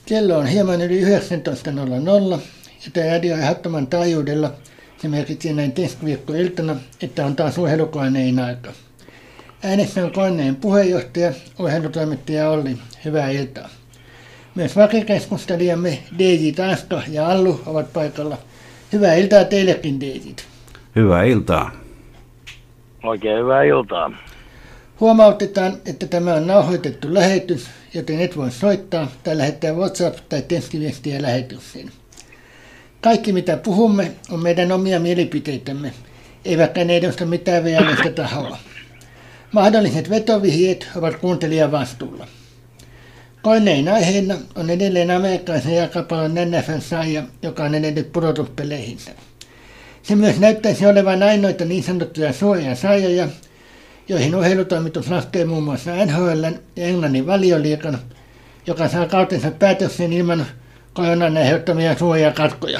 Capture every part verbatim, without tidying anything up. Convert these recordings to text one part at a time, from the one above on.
Kello on hieman yli yhdeksäntoista nolla nolla ja tämä radio ehdottoman taajuudella. Se merkitsee näin keskiviikkoiltana, että on taas urheilukoneen aika. Äänessä on koneen puheenjohtaja, urheilutoimittaja Olli. Hyvää iltaa. Myös vakikeskustelijamme D J Taska ja Allu ovat paikalla. Hyvää iltaa teillekin, D J:t. Hyvää iltaa. Oikein hyvää iltaa. Huomautetaan, että tämä on nauhoitettu lähetys, joten et voi soittaa tai lähettää WhatsApp- tai tekstiviestiä lähetykseen. Kaikki mitä puhumme on meidän omia mielipiteitämme, eivätkä ne edusta mitään virallista tahoa. Mahdolliset vetovihjeet ovat kuuntelijan vastuulla. Koneen aiheena on edelleen amerikkalaisen jalkapallon N F L-sarja, joka on edennyt pudotuspeleihinsä. Se myös näyttäisi olevan ainoita niin sanottuja suoria sarjoja, joihin urheilutoimitus laskee muun muassa N H L ja Englannin Valioliigan, joka saa kautensa päätöksen ilman koronan aiheuttamia suuria katkoja.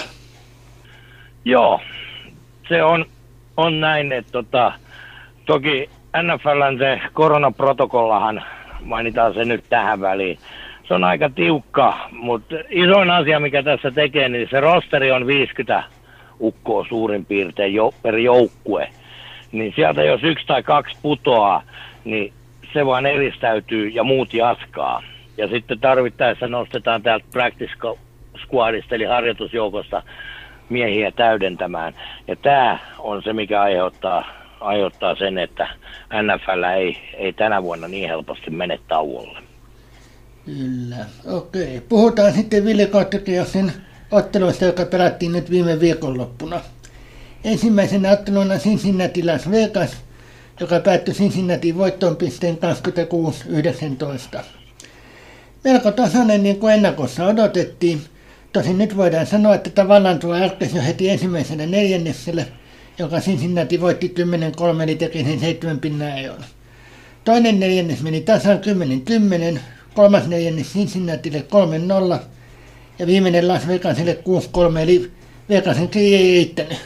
Joo, se on, on näin, että tota, toki N F L:n se koronaprotokollahan, mainitaan se nyt tähän väliin, se on aika tiukka, mutta isoin asia mikä tässä tekee, niin se rosteri on viisikymmentä ukkoa suurin piirtein jo, per joukkue. Niin sieltä jos yksi tai kaksi putoaa, niin se vaan eristäytyy ja muut jatkaa. Ja sitten tarvittaessa nostetaan täältä practice squadista eli harjoitusjoukosta miehiä täydentämään. Ja tämä on se, mikä aiheuttaa, aiheuttaa sen, että N F L ei, ei tänä vuonna niin helposti mene tauolle. Kyllä, okei. Puhutaan sitten Ville Kotkiosen otteluista, joka pelattiin nyt viime viikonloppuna. Ensimmäisenä otteluna Cincinnati Las Vegas, joka päättyi Cincinnatiin voittoon pisteen kaksikymmentäkuusi yhdeksäntoista. Melko tasainen niin kuin ennakossa odotettiin. Tosin nyt voidaan sanoa, että tavallaan tuo ärkkäsi jo heti ensimmäisenä neljänneksellä, joka Cincinnati voitti kymmenen kolme eli teki sen seitsemän pinnaa eron. Toinen neljännes meni tasan kymmenen kymmenen, kolmas neljännes Cincinnatille kolme nolla ja viimeinen Las Vegasille kuusi kolme eli Vegasin kiri ei riittänyt.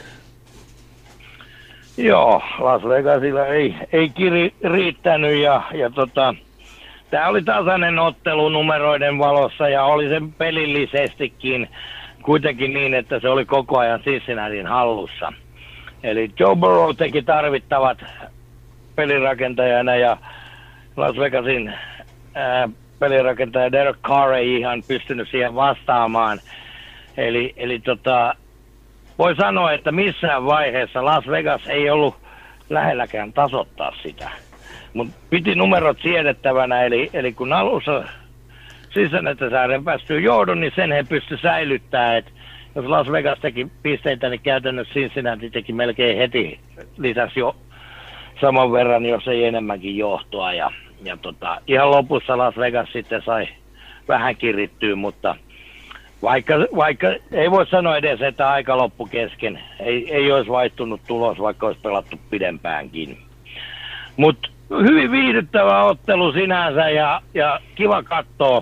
Joo, Las Vegasilla ei, ei kiri riittänyt ja, ja tota, tämä oli tasainen ottelu numeroiden valossa ja oli sen pelillisestikin kuitenkin niin, että se oli koko ajan Cincinnatin hallussa. Eli Joe Burrow teki tarvittavat pelirakentajana ja Las Vegasin ää, pelirakentaja Derek Carr ei ihan pystynyt siihen vastaamaan. Eli, eli tota, voi sanoa, että missään vaiheessa Las Vegas ei ollut lähelläkään tasoittaa sitä. Mutta piti numerot siedettävänä, eli, eli kun alussa Cincinnati päästyy johdon, niin sen he pystyi säilyttämään. Et jos Las Vegas teki pisteitä, niin käytännössä Cincinnati teki melkein heti, lisäsi jo saman verran, jos ei enemmänkin johtoa. Ja, ja tota, ihan lopussa Las Vegas sitten sai vähän kirittyä, mutta vaikka, vaikka ei voi sanoa edes, että aika loppu kesken, ei, ei olisi vaihtunut tulos, vaikka olisi pelattu pidempäänkin. Mutta hyvin viihdyttävä ottelu sinänsä ja, ja kiva katsoa.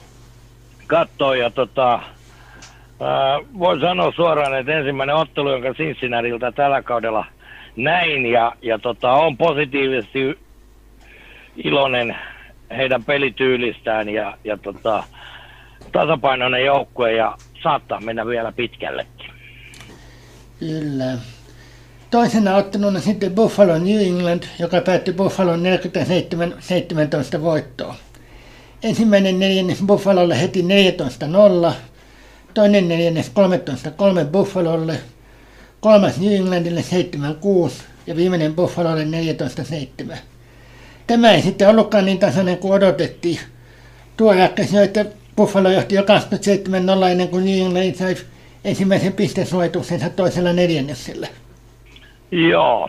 Katsoa ja tota, ää, voin sanoa suoraan, että ensimmäinen ottelu, jonka Cincinnatilta tällä kaudella näin ja, ja tota, on positiivisesti iloinen heidän pelityylistään ja, ja tota, tasapainoinen joukkue ja saattaa mennä vielä pitkällekin. Kyllä. Toisena otteluna sitten Buffalo New England, joka päättyi Buffalon neljäkymmentäseitsemän seitsemäntoista voittoon. Ensimmäinen neljännes Buffalolle heti neljätoista nolla, toinen neljännes kolmetoista kolme Buffalolle, kolmas New Englandille seitsemän kuusi ja viimeinen Buffalolle neljätoista seitsemän. Tämä ei sitten ollutkaan niin tasainen kuin odotettiin. Tuo räkkäsi jo, että Buffalo johti jo kaksikymmentäseitsemän nolla ennen kuin New England sai ensimmäisen pistesuojituksensa toisella neljänneksellä. Joo.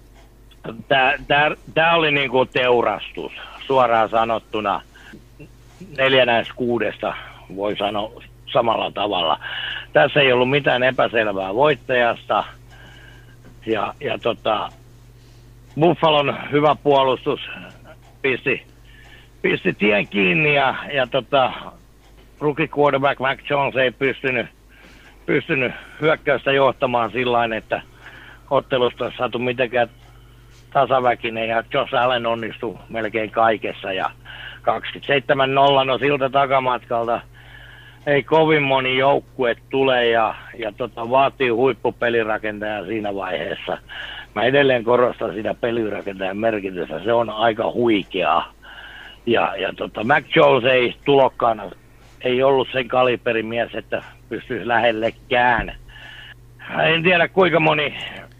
Tämä oli niinku teurastus, suoraan sanottuna. Neljä näistä kuudesta voi sanoa samalla tavalla. Tässä ei ollut mitään epäselvää voittajasta. Ja, ja tota, Buffalon hyvä puolustus pisti, pisti tien kiinni ja, ja tota, rookie quarterback Mac Jones ei pystynyt, pystynyt hyökkäystä johtamaan sillain, että ottelusta on saatu mitenkään tasaväkinen ja Josh Allen onnistui melkein kaikessa ja kaksikymmentäseitsemän nolla no siltä takamatkalta ei kovin moni joukkue tule ja, ja tota, vaatii huippupelirakentajaa siinä vaiheessa. Mä edelleen korostan sitä pelirakentajan merkitystä, se on aika huikeaa. Ja, ja tota, Mac Jones ei tulokkaana, ei ollut sen kaliberin mies, että pystyisi lähellekään. En tiedä kuinka moni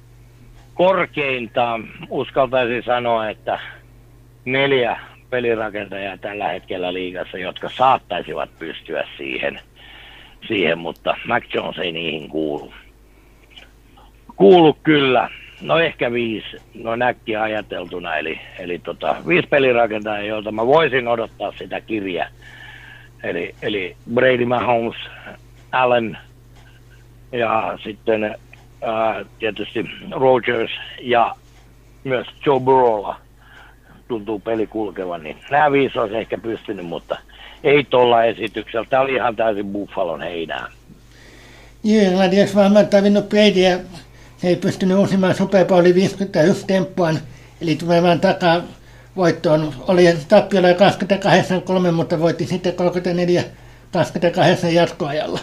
korkeintaan uskaltaisin sanoa, että neljä pelirakentajaa tällä hetkellä liigassa, jotka saattaisivat pystyä siihen, siihen mutta Mac Jones ei niihin kuulu. Kuulu kyllä. No ehkä viisi, no näkkiä ajateltuna, eli, eli tota, viisi pelirakentajaa, joilta mä voisin odottaa sitä kirjaa. Eli, eli Brady, Mahomes, Allen ja sitten ää, tietysti Rodgers ja myös Joe Burrowlla tuntuu peli kulkevan, niin nämä viisi olisi ehkä pystynyt, mutta ei tuolla esityksellä. Tämä oli ihan täysin Buffalon heinää. New England olisi varmaan tarvinnut Bradyä. Se ei pystynyt uusimaan Super Bowlin viisikymmentäyksi temppuaan, eli tulemaan takaa voittoon. Oli tappiolla kaksikymmentäkahdeksan kolme, mutta voitti sitten kolmekymmentäneljä kaksikymmentäkahdeksan jatkoajalla.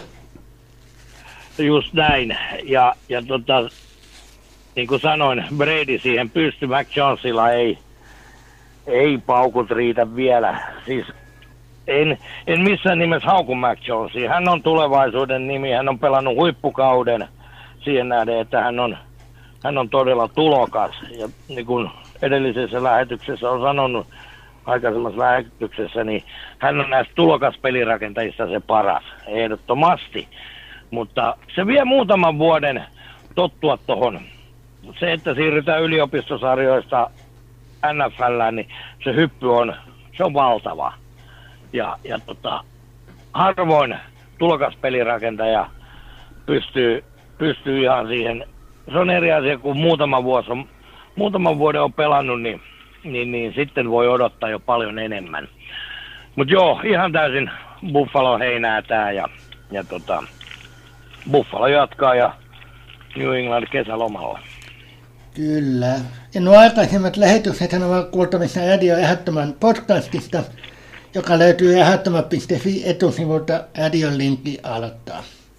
Just näin. Ja, ja tota, niin kuin sanoin, Brady siihen pystyi, Mac Jonesilla ei, ei paukut riitä vielä. Siis en, en missään nimessä hauku Mac Jonesia. Hän on tulevaisuuden nimi, hän on pelannut huippukauden. Siihen nähden, että hän on, hän on todella tulokas. Ja niin kuin edellisessä lähetyksessä on sanonut, aikaisemmassa lähetyksessä, niin hän on näistä tulokaspelirakentajista se paras, ehdottomasti. Mutta se vie muutaman vuoden tottua tuohon. Se, että siirrytään yliopistosarjoista N F L:ään, niin se hyppy on, se on valtava. Ja, ja tota, harvoin tulokaspelirakentaja pystyy pystyy ihan siihen. Se on eri asia, kun muutama vuosi on, muutaman vuoden on pelannut, niin, niin, niin sitten voi odottaa jo paljon enemmän. Mutta joo, ihan täysin Buffalo heinää tää ja, ja tota, Buffalo jatkaa ja New England kesälomalla. Kyllä. Ja nuo aikaisemmat lähetykset ovat kuultavissa Radio Ehdottoman podcastista, joka löytyy ehdottoman piste fi etusivulta Radion linkki aloittaa.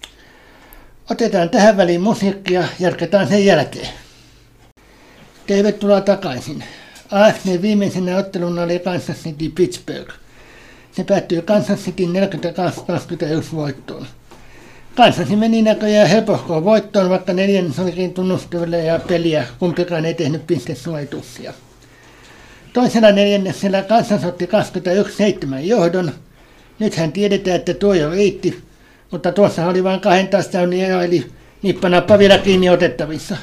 Otetaan tähän väliin musiikkia, jatketaan sen jälkeen. Tervetuloa takaisin. A F C:n viimeisenä otteluna oli Kansas City Pittsburgh. Se päättyi Kansas Cityn neljäkymmentäkaksi kaksikymmentäyksi voittoon. Kansas meni näköjään helpohkoon voittoon, vaikka neljännes olikin tunnustuville ja peliä kumpikaan ei tehnyt pistesuorituksia. Toisella neljänneksellä Kansas otti kaksikymmentäyksi seitsemän johdon. Nythän tiedetään, että tuo jo riitti. Mutta tuossa oli vain kahden touchdownin ero, eli nippanappa vielä kiinni otettavissa.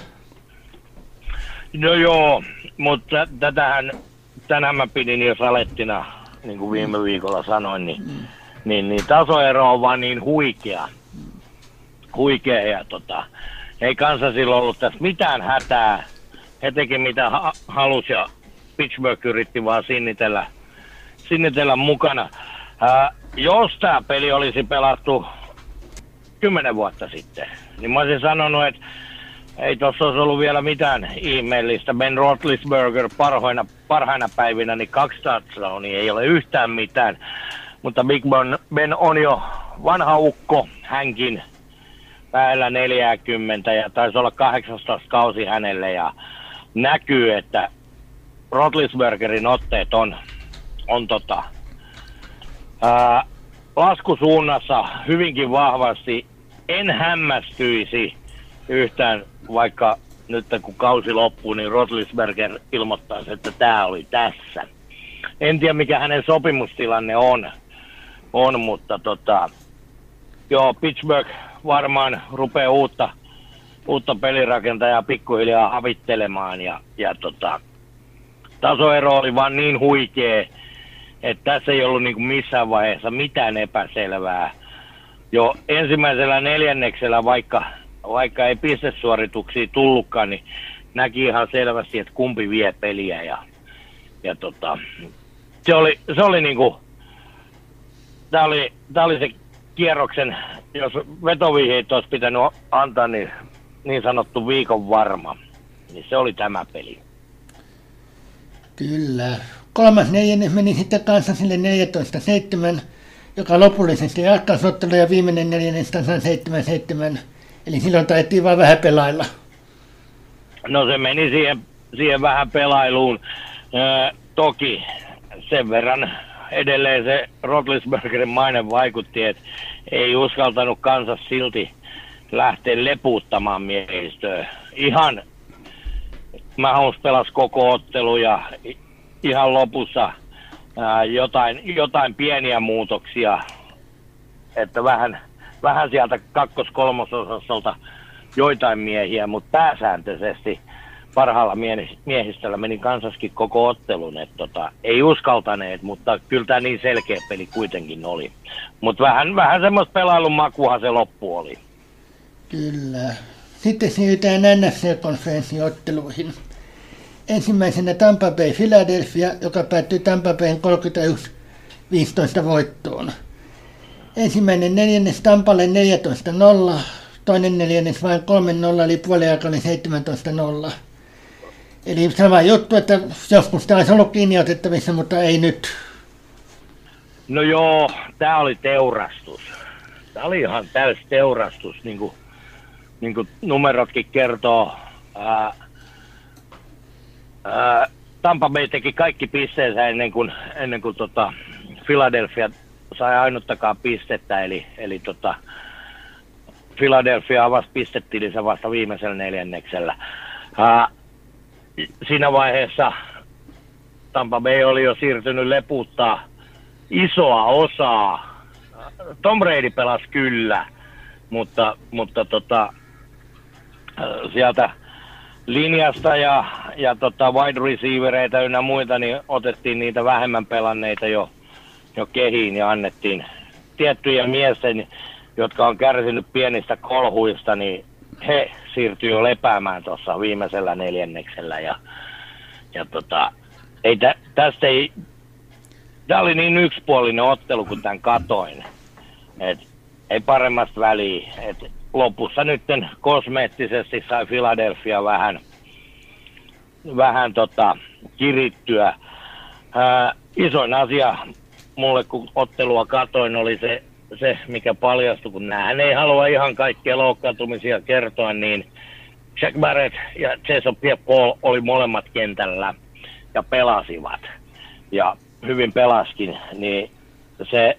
No joo, mutta tätähän, tänään mä pidin jo salettina, niin kuin viime viikolla sanoin, niin, mm. niin, niin tasoero on vaan niin huikea. Huikea ja tota, ei Kansasilla ollut tässä mitään hätää. He teki mitä ha- halusi ja Pittsburgh yritti vaan sinnitellä, sinnitellä mukana. Ää, jos tämä peli olisi pelattu kymmenen vuotta sitten, niin mä olisin sanonut, että ei tuossa olisi ollut vielä mitään ihmeellistä. Ben Roethlisberger parhaina, parhaina päivinä, niin kaksi touchdownia ei ole yhtään mitään. Mutta Big Ben, Ben on jo vanha ukko, hänkin päällä neljäkymmentä ja taisi olla kahdeksantoista kausi hänelle. Ja näkyy, että Roethlisbergerin otteet on, on tota, ää, laskusuunnassa hyvinkin vahvasti. En hämmästyisi yhtään, vaikka nyt kun kausi loppuu, niin Roethlisberger ilmoittaisi, että tämä oli tässä. En tiedä, mikä hänen sopimustilanne on, on mutta tota, joo, Pittsburgh varmaan rupeaa uutta, uutta pelirakentajaa pikkuhiljaa havittelemaan ja, ja tota, tasoero oli vaan niin huikea, että tässä ei ollut niin kuin missään vaiheessa mitään epäselvää. Jo ensimmäisellä neljänneksellä, vaikka, vaikka ei pistesuorituksia tullutkaan, niin näki ihan selvästi, että kumpi vie peliä. Ja, ja tota, se oli, se oli niinku, tää oli, tää oli se kierroksen, jos vetovihjeet olisi pitänyt antaa, niin niin sanottu viikon varma, niin se oli tämä peli. Kyllä. Kolmas neljännes meni sitten Kansasille neljätoista seitsemän. joka lopullisesti jatkaisi ottelu ja viimeinen neljännes tasan seitsemän seitsemän. Eli silloin taidettiin vaan vähän pelailla. No se meni siihen, siihen vähän pelailuun. Ö, toki sen verran edelleen se Roethlisbergerin maine vaikutti, että ei uskaltanut Kansas silti lähteä lepuuttamaan miehistöä. Ihan Mahomes pelasi koko ottelu ja ihan lopussa ää, jotain, jotain pieniä muutoksia, että vähän, vähän sieltä kakkos-kolmososastolta joitain miehiä, mutta pääsääntöisesti parhaalla miehistöllä meni Kansaskin koko ottelun, että tota, ei uskaltaneet, mutta kyllä tämä niin selkeä peli kuitenkin oli. Mutta vähän, vähän semmoista pelailun makuahan se loppu oli. Kyllä. Sitten siirrytään N F C-konferenssiotteluihin. Ensimmäisenä Tampa Bay Philadelphia, joka päättyi Tampa Bayn kolmekymmentäyksi viisitoista voittoon. Ensimmäinen neljännes Tampalle neljätoista nolla, toinen neljännes vain kolme nolla, eli puoliaika oli seitsemäntoista nolla. Eli sama juttu, että joskus tämä olisi ollut kiinni otettavissa, mutta ei nyt. No joo, tämä oli teurastus. Tämä oli ihan täys teurastus, niin kuin, niin kuin numerotkin kertoo. Ää, ää, Tampa Bay teki kaikki pisteensä ennen kuin, ennen kuin tota Philadelphia sai ainuttakaan pistettä, eli, eli tota, Philadelphia avasi pistetilinsä vasta viimeisellä neljänneksellä. Ää, siinä vaiheessa Tampa Bay oli jo siirtynyt lepuuttaa isoa osaa. Tom Brady pelasi kyllä, mutta, mutta tota, sieltä linjasta ja, ja tota wide receivereitä ynnä muita, niin otettiin niitä vähemmän pelanneita jo, jo kehiin ja annettiin tiettyjä miesten, jotka on kärsinyt pienistä kolhuista, niin he siirtyi jo lepäämään tuossa viimeisellä neljänneksellä. Ja, ja tota, ei tä, tästä ei, tämä oli niin yksipuolinen ottelu, kun tämän katoin. Et ei paremmasta väliä. Et lopussa nyt kosmeettisesti sai Philadelphia vähän, vähän tota, kirittyä. Ää, isoin asia mulle, kun ottelua katoin, oli se, se mikä paljastui, kun näähän ei halua ihan kaikkia loukkaantumisia kertoa, niin Jack Barrett ja Jason Pierre-Paul oli molemmat kentällä ja pelasivat. Ja hyvin pelaskin, niin se,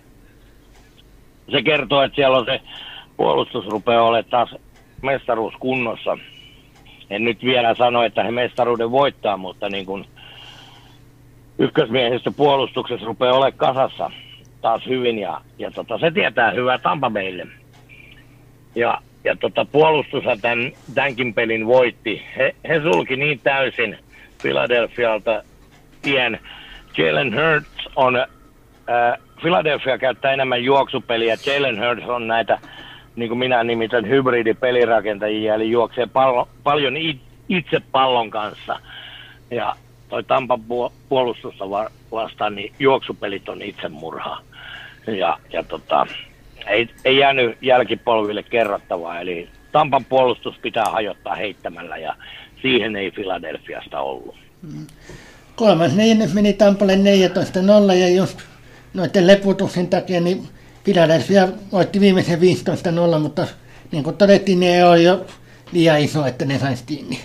se kertoo, että siellä on se puolustus rupeaa olemaan taas mestaruus kunnossa. En nyt vielä sano, että he mestaruuden voittaa, mutta niin kuin ykkösmiehistö puolustuksessa rupeaa olemaan kasassa taas hyvin ja, ja tota, se tietää hyvää Tampa Baylle. Ja, ja tota, puolustushan tämän, tämänkin pelin voitti. He, he sulki niin täysin Philadelphialta tien. Jalen Hurts on, äh, Philadelphia käyttää enemmän juoksupeliä. Jalen Hurts on näitä, niin kuin minä nimitän, hybridipelirakentajia, eli juoksee pallo, paljon it, itse pallon kanssa. Ja toi Tampan puolustusta vastaan, niin juoksupelit on itsemurhaa. Ja, ja tota, ei, ei jäänyt jälkipolville kerrottavaa, eli Tampan puolustus pitää hajottaa heittämällä, ja siihen ei Philadelphiasta ollut. Mm. Kolmas neljännes meni Tampalle neljätoista nolla, ja just noiden leputuksen takia, niin Philadelphia voitti viimeisen viisitoista nolla, mutta niin kuin todettiin, niin ei ole jo liian iso, että ne saisi kiinni.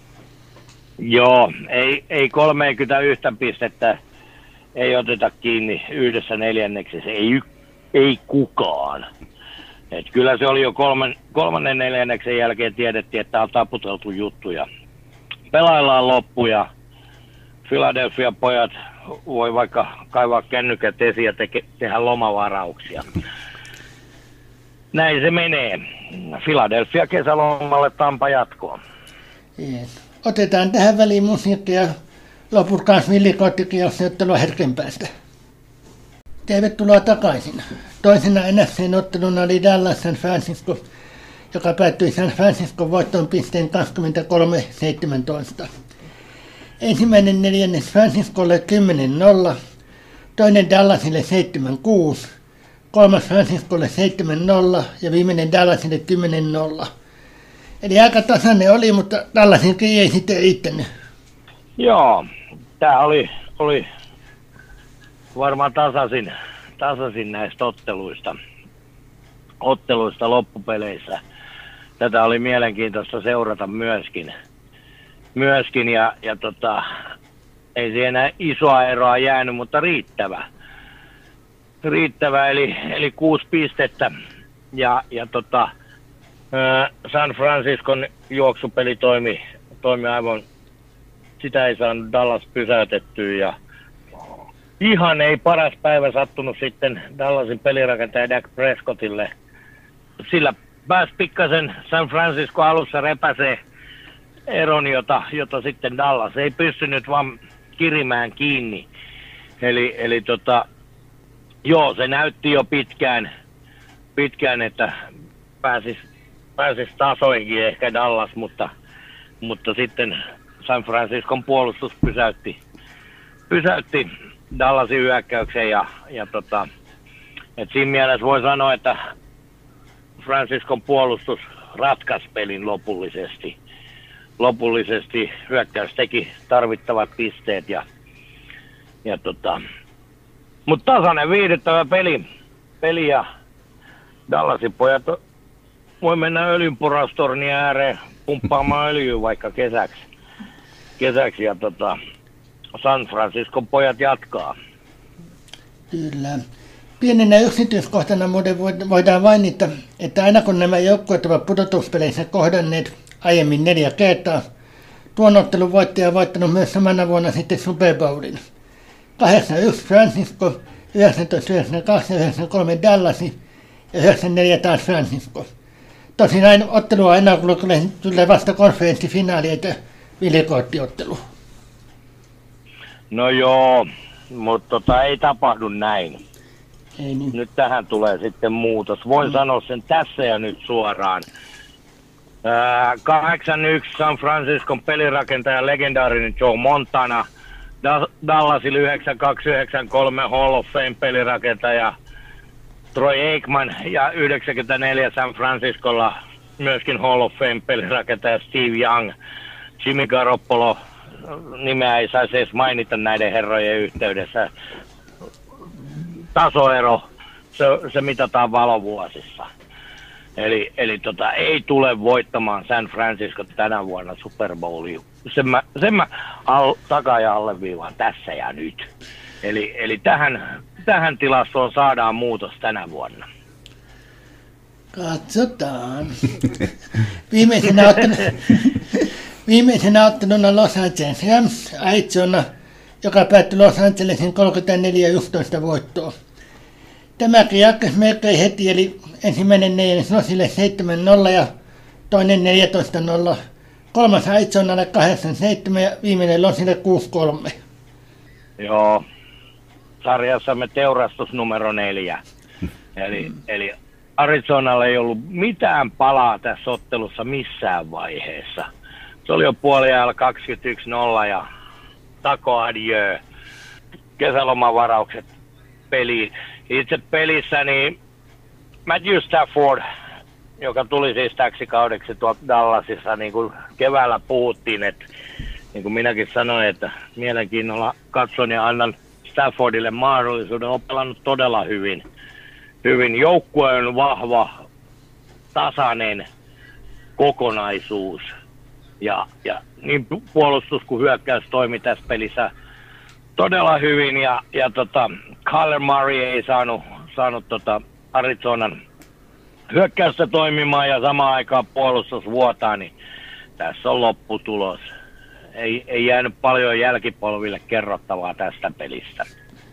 Joo, ei, ei kolmekymmentäyksi pistettä ei oteta kiinni yhdessä neljänneksessä, ei, ei kukaan. Et kyllä se oli jo kolmen, kolmannen neljänneksen jälkeen tiedettiin, että on taputeltu juttuja. Pelaillaan loppuja. Philadelphia pojat voi vaikka kaivaa kännykät esiin ja teke, tehdä lomavarauksia. Näin se menee. Philadelphia kesälomalle, Tampa jatkoon. Yes. Otetaan tähän väliin musiikkia ja loput kanssa villikottikin, jos se ottelua hetken päästä. Tervetuloa takaisin. Toisena N F C-otteluna oli Dallas San Francisco, joka päättyi San Franciscon voittoon pisteen kaksikymmentäkolme seitsemäntoista. Ensimmäinen neljännes Franciscolle kymmenen nolla, toinen Dallasille seitsemän kuusi, kolmas Franciscolle seitsemän nolla ja viimeinen Dallasille kymmenen nolla. Eli aika tasainen oli, mutta Dallasinkin ei sitten riittänyt. Joo, tämä oli, oli varmaan tasaisin, tasaisin näistä otteluista, otteluista loppupeleissä. Tätä oli mielenkiintoista seurata myöskin, myöskin ja, ja tota, ei siinä isoa eroa jäänyt, mutta riittävä. Riittävä, eli, eli kuusi pistettä ja, ja tota, San Franciscon juoksupeli toimi, toimi aivan, sitä ei saanut Dallas pysäytettyä ja ihan ei paras päivä sattunut sitten Dallasin pelirakentaja Dak Prescottille. Sillä pääsi pikkasen San Francisco alussa repäsee eron, jota, jota sitten Dallas ei pystynyt vaan kirimään kiinni. Eli, eli tota, joo, se näytti jo pitkään, pitkään että pääsisi pääsis tasoinkin ehkä Dallas, mutta, mutta sitten San Franciscon puolustus pysäytti, pysäytti Dallasin hyökkäyksen ja, ja tota, et siinä mielessä voi sanoa, että Franciscon puolustus ratkaisi pelin lopullisesti. Lopullisesti hyökkäys teki tarvittavat pisteet ja, ja tota, mutta tasainen viihdyttävä peli, peli ja Dallasin pojat voi mennä öljynporaustornin ääreen pumppaamaan öljyä vaikka kesäksi. kesäksi ja tota, San Franciscon pojat jatkaa. Kyllä. Pienenä yksityiskohtana muuten voidaan mainita, että aina kun nämä joukkueet ovat pudotuspeleissä kohdanneet aiemmin neljä kertaa, tuon ottelun voittaja on voittanut myös samana vuonna sitten Super Bowlin. kahdeksankymmentäyksi Francisco, yhdeksäntoista yhdeksänkymmentäkaksi yhdeksänkymmentäkolme Dallasi ja yhdeksänkymmentäneljä taas Francisco. Tosin aina ottelu on aina kun tulee vasta konferenssifinaali eikä vilikoittiottelu. No joo, mutta tota, ei tapahdu näin. Ei niin. Nyt tähän tulee sitten muutos. Voin mm. sanoa sen tässä ja nyt suoraan. Ää, kahdeksankymmentäyksi San Franciscon pelirakentaja legendaarinen Joe Montana. Da- Dallasilla yhdeksänkymmentäkaksi yhdeksänkymmentäkolme Hall of Fame pelirakentaja Troy Aikman ja yhdeksänkymmentäneljä San Franciscolla myöskin Hall of Fame pelirakentaja Steve Young. Jimmy Garoppolo, nimeä ei saisi edes mainita näiden herrojen yhteydessä. Tasoero, se, se mitataan valovuosissa. Eli, eli tota, ei tule voittamaan San Francisco tänä vuonna Super Bowlia. Sen mä, sen mä al, takaa ja alleviivaan tässä ja nyt. Eli, eli tähän, tähän tilastoon saadaan muutos tänä vuonna. Katsotaan. Viimeisenä otteluna, viimeisenä otteluna Los Angeles Rams Arizona, joka päättyi Los Angelesin kolmekymmentäneljä yksitoista voittoa. Tämäkin jatkasi melkein heti, eli ensimmäinen neljännes Losille seitsemän nolla ja toinen neljätoista nolla. Kolmas Arizonalle kahdeksan seitsemän ja viimeinen Losille kuusi kolme. Joo, sarjassamme teurastus numero neljä. Eli, mm. eli Arizonalle ei ollut mitään palaa tässä ottelussa missään vaiheessa. Se oli jo puoliajalla kaksikymmentäyksi nolla ja tako adieu. Kesälomavaraukset peliin. Itse pelissä niin Matthew Stafford, joka tuli siis täksi kaudeksi tuolta Dallasissa, niin kuin keväällä puhuttiin, että niin kuin minäkin sanoin, että mielenkiinnolla katson ja annan Staffordille mahdollisuuden, on pelannut todella hyvin. hyvin. Joukkue on vahva, tasainen kokonaisuus ja, ja niin puolustus kuin hyökkäys toimi tässä pelissä todella hyvin ja, ja tota, Kyler Murray ei saanut, saanut tota Arizonan hyökkäystä toimimaan ja samaan aikaan puolustus vuotaa, niin tässä on lopputulos. Ei, ei jäänyt paljon jälkipolville kerrottavaa tästä pelistä.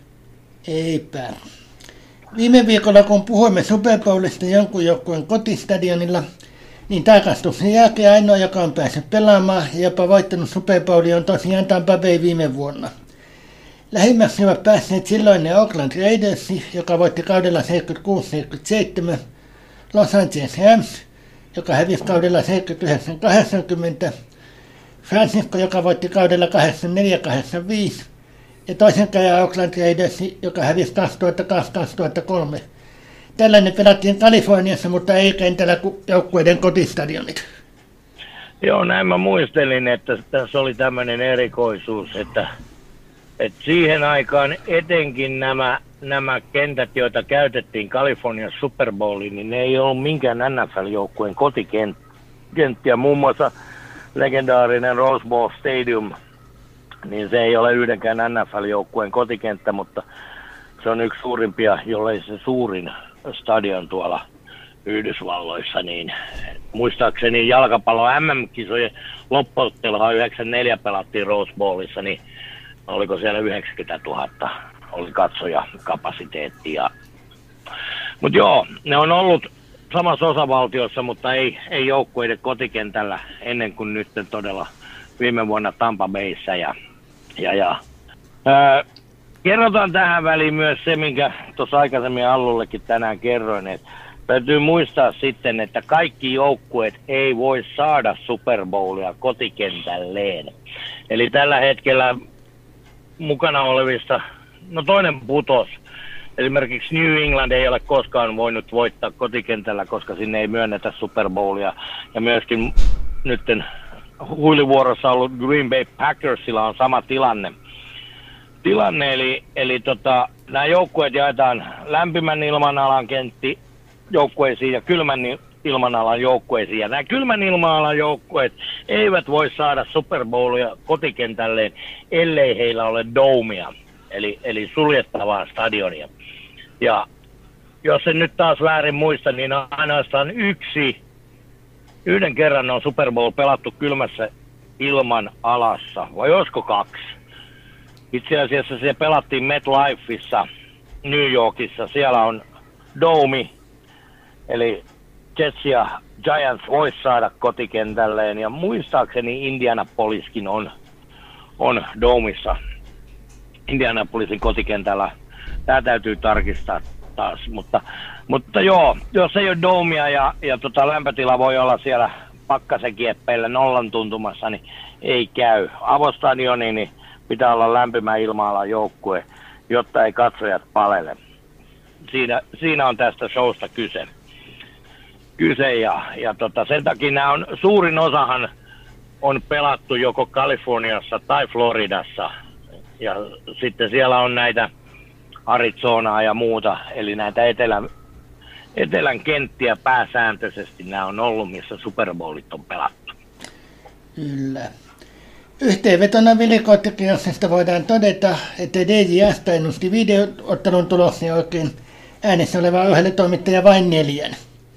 Eipä. Viime viikolla, kun puhuimme Super Bowlista jonkun joukkueen kotistadionilla, niin tarkastuksen jälkeen ainoa, joka on päässyt pelaamaan ja jopa voittanut Super Bowlia, on tosiaan Tampa Bay viime vuonna. Lähimmäksi ovat päässeet silloinen Oakland Raiders, joka voitti kaudella seitsemänkymmentäkuusi seitsemänkymmentäseitsemän, Los Angeles Rams, joka hävisi kaudella seitsemänkymmentäyhdeksän kahdeksankymmentä, Francisco, joka voitti kaudella kahdeksankymmentäneljä kahdeksankymmentäviisi, ja toisen käden Oakland Raiders, joka hävisi kaksituhattakaksi kaksituhattakolme. Tällainen pelattiin Kaliforniassa, mutta ei kentällä kuin joukkueiden kotistadionit. Joo, näin mä muistelin, että tässä oli tämmöinen erikoisuus, että, että siihen aikaan etenkin nämä nämä kentät, joita käytettiin Kalifornian Super Bowliin, niin ne ei ollut minkään N F L-joukkueen kotikenttiä. Muun muassa legendaarinen Rose Bowl Stadium, niin se ei ole yhdenkään N F L-joukkueen kotikenttä, mutta se on yksi suurimpia, jollei se suurin stadion tuolla Yhdysvalloissa, niin muistaakseni jalkapallo M M-kisojen loppuotteluhan yhdeksänkymmentäneljä pelattiin Rose Bowlissa, niin oliko siellä yhdeksänkymmentätuhatta oli katsojakapasiteettia. Mutta joo, ne on ollut samassa osavaltiossa, mutta ei, ei joukkueiden kotikentällä ennen kuin nyt todella viime vuonna Tampa Bayssä. Ja, ja, ja. Ää, kerrotaan tähän väliin myös se, minkä tuossa aikaisemmin Allullekin tänään kerroin, että täytyy muistaa sitten, että kaikki joukkueet ei voi saada Super Bowlia kotikentälleen. Eli tällä hetkellä mukana olevista, no toinen putos. Esimerkiksi New England ei ole koskaan voinut voittaa kotikentällä, koska sinne ei myönnetä Super Bowlia. Ja myöskin nyt huilivuorossa ollut Green Bay Packersilla on sama tilanne. Tilanne eli, eli tota, nämä joukkueet jaetaan lämpimän ilmanalan kentti joukkueisiin ja kylmän ilmanalan joukkueisiin. Ja nämä kylmän ilmanalan joukkueet eivät voi saada Super Bowlia kotikentälleen, ellei heillä ole domea, eli, eli suljettavaa stadionia. Ja jos en nyt taas väärin muista, niin on ainoastaan yksi, yhden kerran on Super Bowl pelattu kylmässä ilman alassa, vai olisiko kaksi? Itse asiassa se pelattiin MetLifeissa New Yorkissa, siellä on domi, eli Jets ja Giants vois saada kotikentälleen, ja muistaakseni Indianapoliskin on, on domissa, Indianapolisin kotikentällä. Tämä täytyy tarkistaa taas, mutta, mutta joo, jos ei ole domia ja, ja tota lämpötila voi olla siellä pakkasekieppeillä nollan tuntumassa, niin ei käy. Avostadioni, niin pitää olla lämpimä ilma-alan joukkue, jotta ei katsojat palele. Siinä, siinä on tästä showsta kyse. kyse ja, ja tota, sen takia nämä on, suurin osahan on pelattu joko Kaliforniassa tai Floridassa. Ja sitten siellä on näitä Arizonaa ja muuta, eli näitä etelän, etelän kenttiä pääsääntöisesti nämä on ollut, missä Super Bowlit on pelattu. Kyllä. Yhteenvetona vilikoittakierroksesta voidaan todeta, että D J S ennusti videoottelun tuloksia oikein äänessä oleva yhdelle toimittaja vain neljän.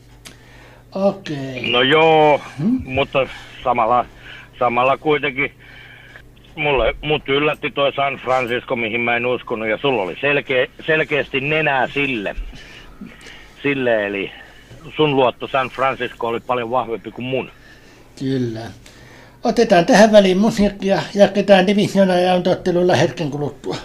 Okei. No joo, hmm? mutta samalla, samalla kuitenkin mulle, mut yllätti toi San Francisco, mihin mä en uskonut, ja sulla oli selkeä, selkeästi nenää sille. sille. Eli sun luotto San Francisco oli paljon vahvempi kuin mun. Kyllä. Otetaan tähän väliin musiikkia ja jatketaan divisiona ja ottelulla hetken kuluttua.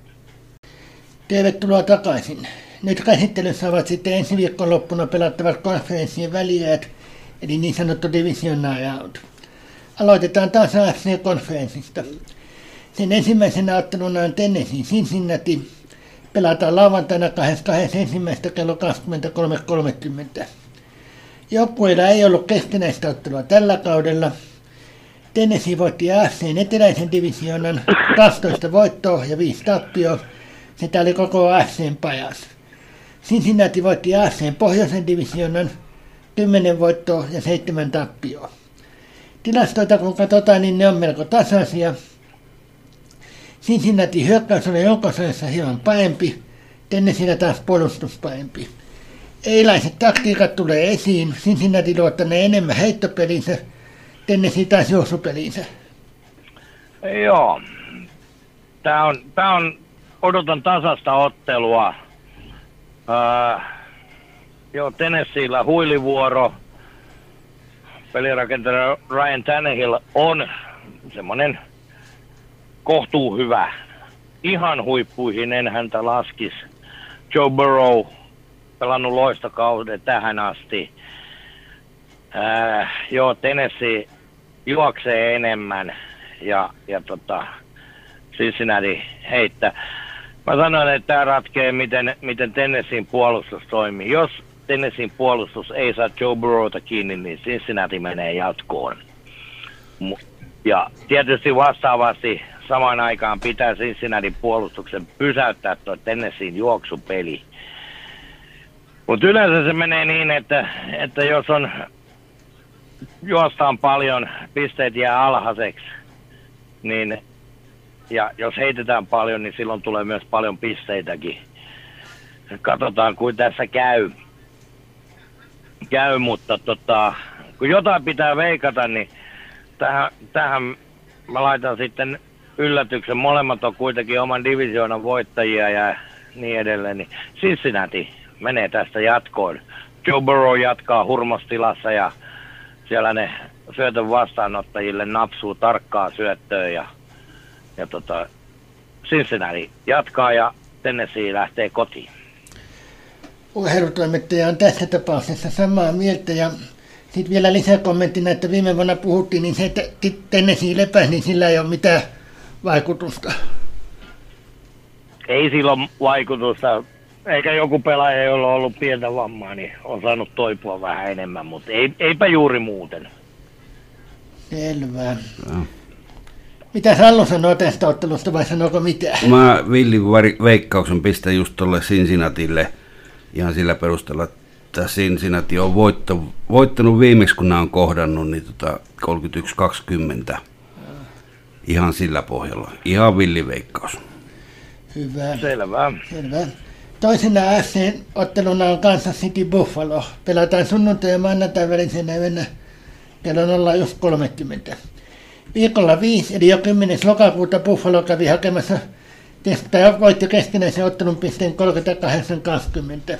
Tervetuloa takaisin. Nyt käsittelyssä ovat sitten ensi viikonloppuna pelattavat konferenssien väliajat, eli niin sanottu divisiona ja out. Aloitetaan taas A F C-konferenssista. Sen ensimmäisenä otteluna on Tennessee Cincinnati. Pelataan lauantaina kahdeskymmenesensimmäinen kello kaksikymmentäkolme kolmekymmentä. Joukkueilla ei ollut keskenäistä ottelua tällä kaudella. Tennessee voitti A F C:n eteläisen divisioonan kaksitoista voittoa ja viisi tappioa. Sitä oli koko A F C:n pajas. Cincinnati voitti A F C:n pohjoisen divisioonan kymmenen voittoa ja seitsemän tappioa. Tilastoita kun katsotaan, niin ne on melko tasaisia. Cincinnati hyökkäys oli joukosarjassa hieman parempi, Tennesseellä taas puolustus parempi. Erilaiset taktiikat tulee esiin, Cincinnati luottanee enemmän heittopelinsä, Tennessee taas juoksupelinsä. Joo, tää on, tää on, odotan tasasta ottelua. Uh, joo, Tennesseellä huilivuoro. Pelirakentaja Ryan Tannehill on semmonen kohtuu hyvä. Ihan huippuihin en häntä laskis. Joe Burrow pelannut loistokauden tähän asti. Ää, joo, Tennessee juoksee enemmän ja, ja tota, Cincinnati heittää. Mä sanoin, että tämä ratkee, miten, miten Tennesseein puolustus toimii. Jos Tennesseein puolustus ei saa Joe Burrowta kiinni, niin Cincinnati menee jatkoon. Ja tietysti vastaavasti samaan aikaan pitää Cincinnatin puolustuksen pysäyttää tuo Tennesseein juoksupeli. Mutta yleensä se menee niin, että, että jos on juostaan paljon, pisteet jää alhaiseksi, niin, ja jos heitetään paljon, niin silloin tulee myös paljon pisteitäkin. Katsotaan, kuin tässä käy. käy mutta tota, kun jotain pitää veikata, niin tähän, tähän mä laitan sitten yllätyksen. Molemmat on kuitenkin oman divisioonan voittajia ja niin edelleen. Niin Cincinnati menee tästä jatkoon. Joe Burrow jatkaa hurmostilassa ja siellä ne syötön vastaanottajille napsuu tarkkaa syöttöä ja, ja tota, Cincinnati jatkaa ja Tennessee lähtee kotiin. Urheilutoimittaja on tässä tapauksessa samaa mieltä ja sitten vielä lisäkommenttina, että viime vuonna puhuttiin, niin se, että Tennessee lepäsi, niin sillä ei ole mitään vaikutusta. Ei sillä ole vaikutusta, eikä joku pelaaja, jolla on ollut pientä vammaa, niin on saanut toipua vähän enemmän, mutta ei, eipä juuri muuten. Selvä. No. Mitä Sallu sanoo tästä ottelusta vai sanooko mitään? Mä villin veikkauksen pistän just tuolle Cincinnatille ihan sillä perusteella, että Cincinnati on voitto, voittanut viimeksi, kun nämä on kohdannut, niin tota kolmekymmentäyksi kaksikymmentä. Ihan sillä pohjalla. Ihan villiveikkaus. Hyvä. Selvä. Selvä. Toisena F C-otteluna on Kansas City Buffalo. Pelataan sunnuntai- ja maanantai välisenä yönä kello nolla yksi kolmekymmentä. Viikolla viisi, eli jo kymmenes lokakuuta Buffalo kävi hakemassa tai voitti keskinäisen ottelun pisteen kolmekymmentäkahdeksan kaksikymmentä.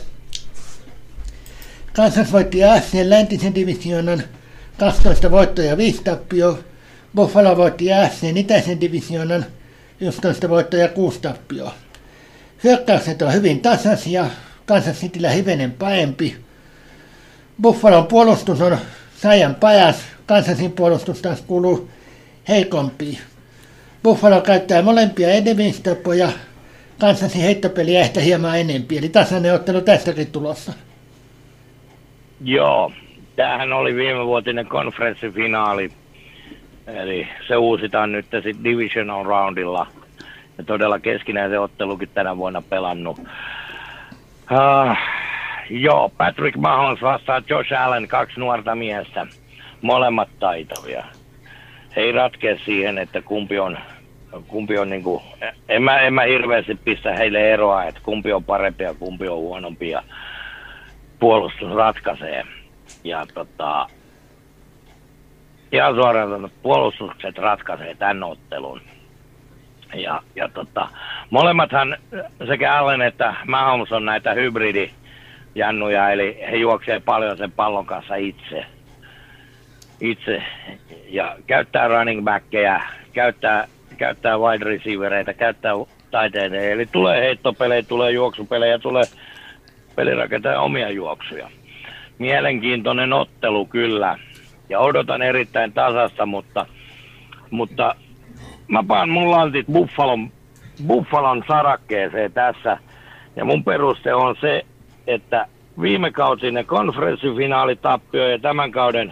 Kansas voitti A F C:n läntisen divisioonan kaksitoista voittoa ja viisi tappioa. Buffalo voitti A F C:n itäisen divisioonan yksitoista voittoa ja kuusi tappioa. Hyökkäykset on hyvin tasaisia, Kansas Cityllä hivenen parempi. Buffalon puolustus on saijan pajas, Kansasin puolustus taas kuuluu heikompiin. Buffalo käyttää molempia enemmistapoja, Kansasin heittopeliä ehkä hieman enempi, eli tasainen ottelu tästäkin tulossa. Joo, tämähän oli viimevuotinen konferenssifinaali, eli se uusitaan nyt sitten divisional roundilla. Ja todella keskinäisen ottelukin tänä vuonna pelannut. Uh, joo, Patrick Mahomes vastaa Josh Allen, kaksi nuorta miestä, molemmat taitavia. Ei ratkea siihen, että kumpi on, kumpi on niinku, en mä, en mä hirveästi pistä heille eroa, että kumpi on parempi ja kumpi on huonompi ja puolustus ratkaisee. Ja tota, ihan suoraan sanottu, puolustukset ratkaisee tämän ottelun. Ja, ja tota, molemmathan sekä Allen että Mahomes on näitä hybridijannuja, eli he juoksee paljon sen pallon kanssa itse. itse ja käyttää running backkejä, käyttää, käyttää wide receivereitä, käyttää taiteita, eli tulee heittopelejä, tulee juoksupelejä, tulee pelirakentaa omia juoksuja. Mielenkiintoinen ottelu kyllä, ja odotan erittäin tasasta, mutta, mutta mä paan mun lantit Buffalon, Buffalon sarakkeeseen tässä, ja mun peruste on se, että viime kausinen konferenssifinaalitappiö ja tämän kauden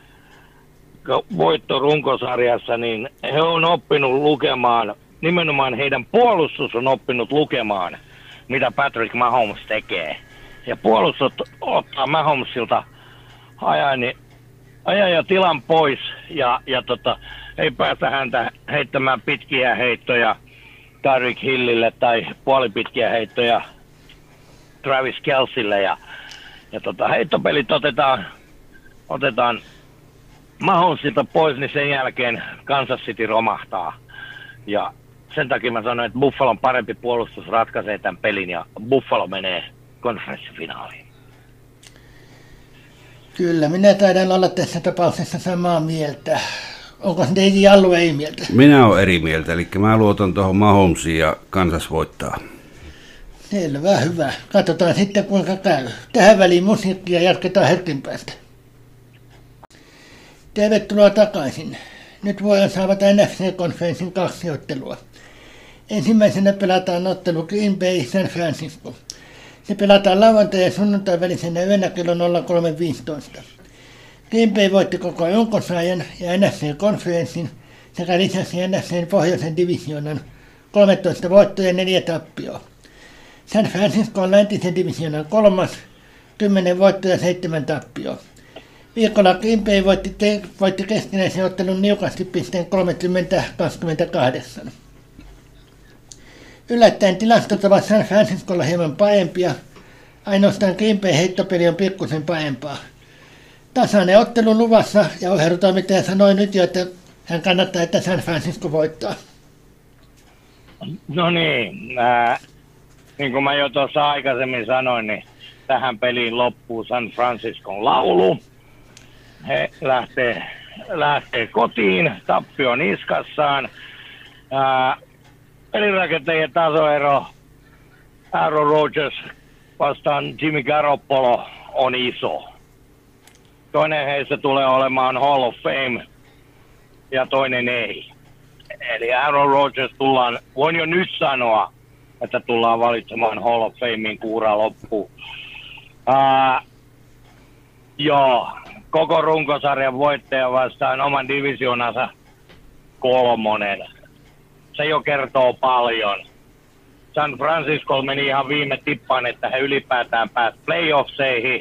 voitto runkosarjassa, niin he on oppinut lukemaan, nimenomaan heidän puolustus on oppinut lukemaan, mitä Patrick Mahomes tekee. Ja puolustus ottaa Mahomesilta ajan, ajan ja tilan pois ja, ja tota, ei päästä häntä heittämään pitkiä heittoja Tyreek Hillille tai puolipitkiä heittoja Travis Kelcelle. Ja, ja tota, heittopelit otetaan, otetaan Mahomesilta pois, niin sen jälkeen Kansas City romahtaa. Ja sen takia mä sanoin, että Buffalon parempi puolustus ratkaisee tämän pelin ja Buffalo menee konferenssifinaaliin. Kyllä, minä taidan olla tässä tapauksessa samaa mieltä. Onko Daisy Jallu ei mieltä? Minä olen eri mieltä, eli mä luotan tuohon Mahomesiin ja Kansas voittaa. Selvä, hyvä. Katsotaan sitten kuinka käy. Tähän väliin musiikkia jatketaan hetken päästä. Tervetuloa takaisin. Nyt vuoden saavat N F C-konferenssin kaksi ottelua. Ensimmäisenä pelataan ottelu Green Bay San Francisco. Se pelataan lauantai- ja sunnuntai välisenä yönä kello nolla kolme viisitoista. Green Bay voitti koko runkosarjan ja N F C-konferenssin sekä lisäsi N F C:n pohjoisen divisioonan kolmetoista voittoa ja neljä tappioa. San Francisco on läntisen divisioonan kolmas, kymmenen voittoa ja seitsemän tappioa. Viikolla Green Bay voitti, te- voitti keskinäisen ottelun niukasti pisteen kolmekymmentä kaksikymmentäkahdeksan. Yllättäen tilastot ovat San Franciscolla hieman parempia, ainoastaan Green Bay heittopeli on pikkusen parempaa. Tasainen ottelu luvassa ja ohjelmatoimittaja sanoi nyt jo, että hän kannattaa, että San Francisco voittaa. No niin, äh, niin kuin mä jo tuossa aikaisemmin sanoin, niin tähän peliin loppuu San Franciscon laulu. He lähtee, lähtee kotiin, tappio niskassaan. Äh, pelirakentajien tasoero Aaron Rodgers vastaan Jimmy Garoppolo on iso. Toinen heistä tulee olemaan Hall of Fame ja toinen ei. Eli Aaron Rodgers tullaan, voin jo nyt sanoa, että tullaan valitsemaan Hall of Famein kuura loppuun. Uh, joo, koko runkosarjan voittaja vastaan oman divisioonansa kolmonen. Se jo kertoo paljon. San Francisco meni ihan viime tippaan, että he ylipäätään pääsivät playoffseihin.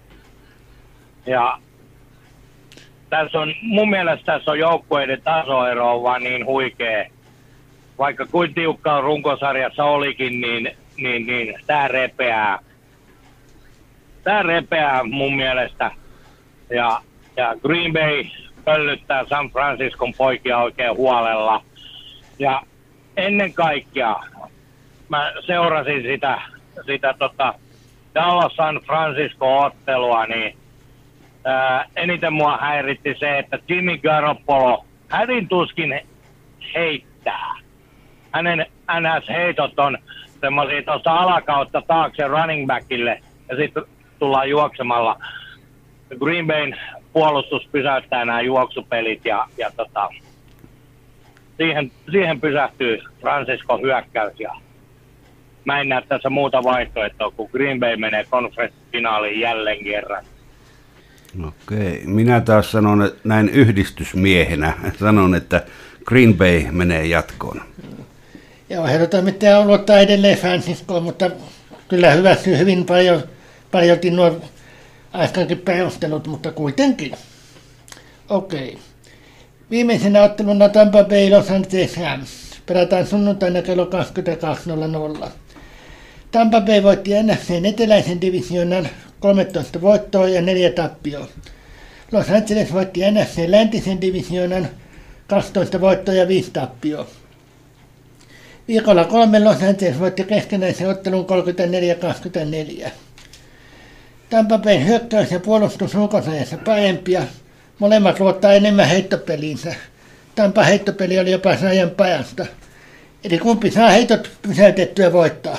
Ja tässä on, mun mielestä tässä on joukkueiden tasoero vaan niin huikea. Vaikka kuin tiukkaa runkosarjassa olikin, niin, niin, niin tää repeää. Tää repeää mun mielestä. Ja, ja Green Bay pöllyttää San Franciscon poikia oikein huolella. Ja ennen kaikkea mä seurasin sitä, sitä tota Dallas San Francisco-ottelua, niin ää, eniten mua häiritti se, että Jimmy Garoppolo hädin tuskin heittää. Hänen N S-heitot on semmosia tuosta alakautta taakse running backille ja sitten tullaan juoksemalla. Green Bayn puolustus pysäyttää nämä juoksupelit ja, ja tota, siihen, siihen pysähtyy Francisco hyökkäys. Ja mä en näe tässä muuta vaihtoehtoa, kun Green Bay menee konferenssifinaaliin jälleen kerran. Okei, minä taas sanon että näin yhdistysmiehenä, sanon, että Green Bay menee jatkoon. Joo, herrotoimittaja on luottaa edelleen Franciscoon, mutta kyllä hyväksyy hyvin paljon, paljolti nuo aikaankin perustelut, mutta kuitenkin. Okei. Viimeisenä otteluna Tampa Bay Los Angeles Rams. Pelataan sunnuntaina kello kaksikymmentäkaksi nolla nolla. Tampa Bay voitti N F C:n eteläisen divisioonan kolmetoista voittoa ja neljä tappioa. Los Angeles voitti N F C:n läntisen divisioonan kaksitoista voittoa ja viisi tappioa. Viikolla kolme Los Angeles voitti keskenäisen ottelun kolmekymmentäneljä kaksikymmentäneljä. Tampa Bayn hyökkäys ja puolustus runkosarjassa parempia. Molemmat luottaa enemmän heittopeliinsä. Tampa heittopeli oli jopa sarjan parasta. Eli kumpi saa heitot pysäytettyä voittaa?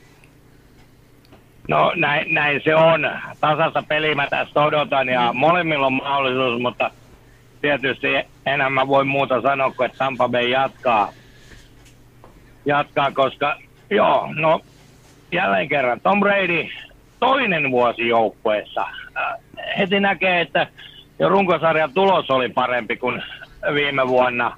No näin, näin se on. Tasasta peliä mä tästä odotan ja molemmilla on mahdollisuus, mutta tietysti enää mä voi muuta sanoa kuin, että Tampa Bay jatkaa. Jatkaa, koska joo, no jälleen kerran Tom Brady toinen vuosi joukkueessa. Heti näkee, että jo runkosarjan tulos oli parempi kuin viime vuonna.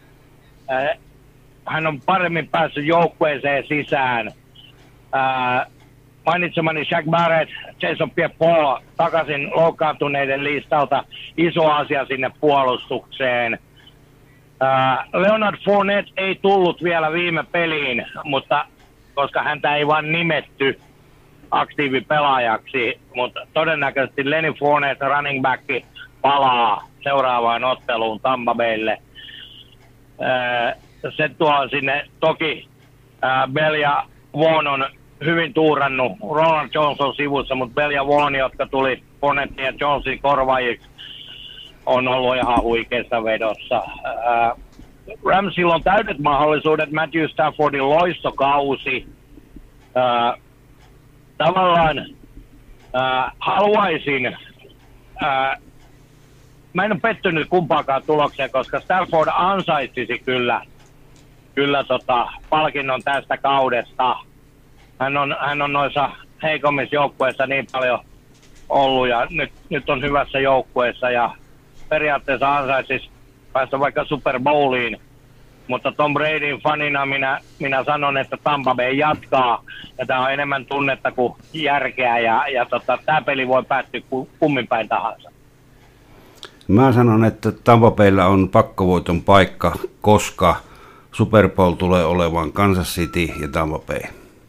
Hän on paremmin päässyt joukkueeseen sisään. Mainitsemani Shaq Barrett, Jason Pierre-Paul takaisin loukkaantuneiden listalta. Iso asia sinne puolustukseen. Leonard Fournette ei tullut vielä viime peliin, mutta koska häntä ei vaan nimetty aktiivipelaajaksi, mutta todennäköisesti Lenny Fournette, running back, palaa seuraavaan otteluun Tampa Baylle. Se tuo sinne toki Bell ja Vaughn on hyvin tuurannut. Ronald Jones on sivussa, mutta Bell ja Vaughn, jotka tuli Fournette ja Jonesin korvaajiksi, on ollut ihan huikeassa vedossa. Ramsilla on täydet mahdollisuudet. Matthew Staffordin loistokausi. Tavallaan äh, haluaisin, äh, mä en ole pettynyt kumpaakaan tulokseen, koska Stafford ansaitsisi kyllä, kyllä tota, palkinnon tästä kaudesta. Hän on, hän on noissa heikommissa joukkueissa niin paljon ollut ja nyt, nyt on hyvässä joukkueessa ja periaatteessa ansaitsisi päästä vaikka Super Bowliin. Mutta Tom Bradyn fanina minä, minä sanon, että Tampa Bay jatkaa. Ja tämä on enemmän tunnetta kuin järkeä. Ja, ja tota, tämä peli voi päättyä kummin päin tahansa. Mä sanon, että Tampa Baylla on pakkovoiton paikka, koska Super Bowl tulee olemaan Kansas City ja Tampa Bay.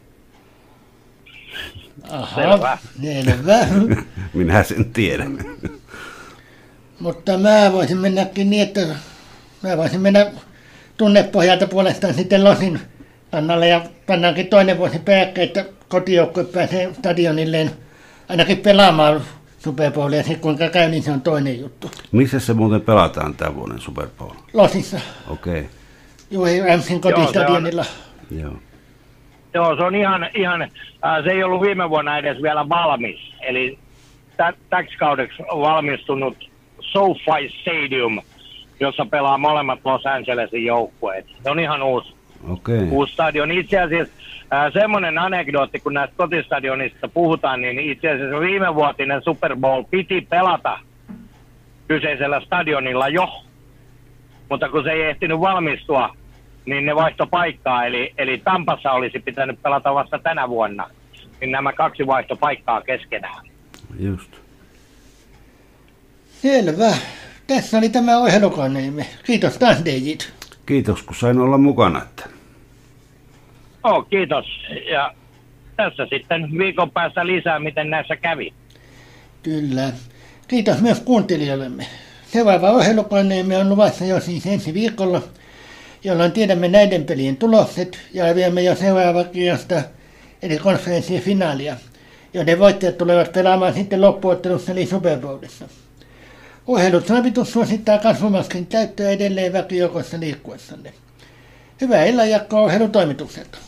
Aha, Selvä. selvä. Minä sen tiedän. Mutta mä voisin mennäkin niin, että mä voisin mennä tunnepohjalta puolestaan sitten Losin kannalle ja pannaankin toinen vuosi peräkkäin, että kotijoukkue pääsee stadionilleen ainakin pelaamaan Super Bowlia. Se kuinka käy, niin se on toinen juttu. Missä se muuten pelataan tämän vuoden Super Bowl? Losissa. Okei. Okay. Juuri Ramsin kotistadionilla. Joo. Joo, se on ihan, ihan äh, se ei ollut viime vuonna edes vielä valmis. Eli tä, täksi kaudeksi on valmistunut SoFi Stadium, jossa pelaa molemmat Los Angelesin joukkueet. Se on ihan uusi, okay. uusi stadion. Itse asiassa äh, semmoinen anekdootti, kun näistä kotistadionista puhutaan, niin itse asiassa viimevuotinen Super Bowl piti pelata kyseisellä stadionilla jo. Mutta kun se ei ehtinyt valmistua, niin ne vaihto paikkaa, eli, eli Tampassa olisi pitänyt pelata vasta tänä vuonna. Niin nämä kaksi vaihto paikkaa keskenään. Just. Selvä. Tässä oli tämä ohjelukoneemme. Kiitos taas, David. Kiitos, kun sain olla mukana. Että. Oh, kiitos. Ja tässä sitten viikon päästä lisää, miten näissä kävi. Kyllä. Kiitos myös kuuntelijoillemme. Seuraava ohjelukoneemme on luvassa jo siis ensi viikolla, jolloin tiedämme näiden pelien tulokset ja arvioimme jo seuraavaa kierrosta, eli konferenssien finaalia, joiden voittajat tulevat pelaamaan sitten loppuottelussa eli Super Bowlissa. Urheilutoimitus suosittaa kasvomaskin käyttöä edelleen väkijoukossa liikkuessanne. Hyvää illanjatkoa urheilutoimitukselta.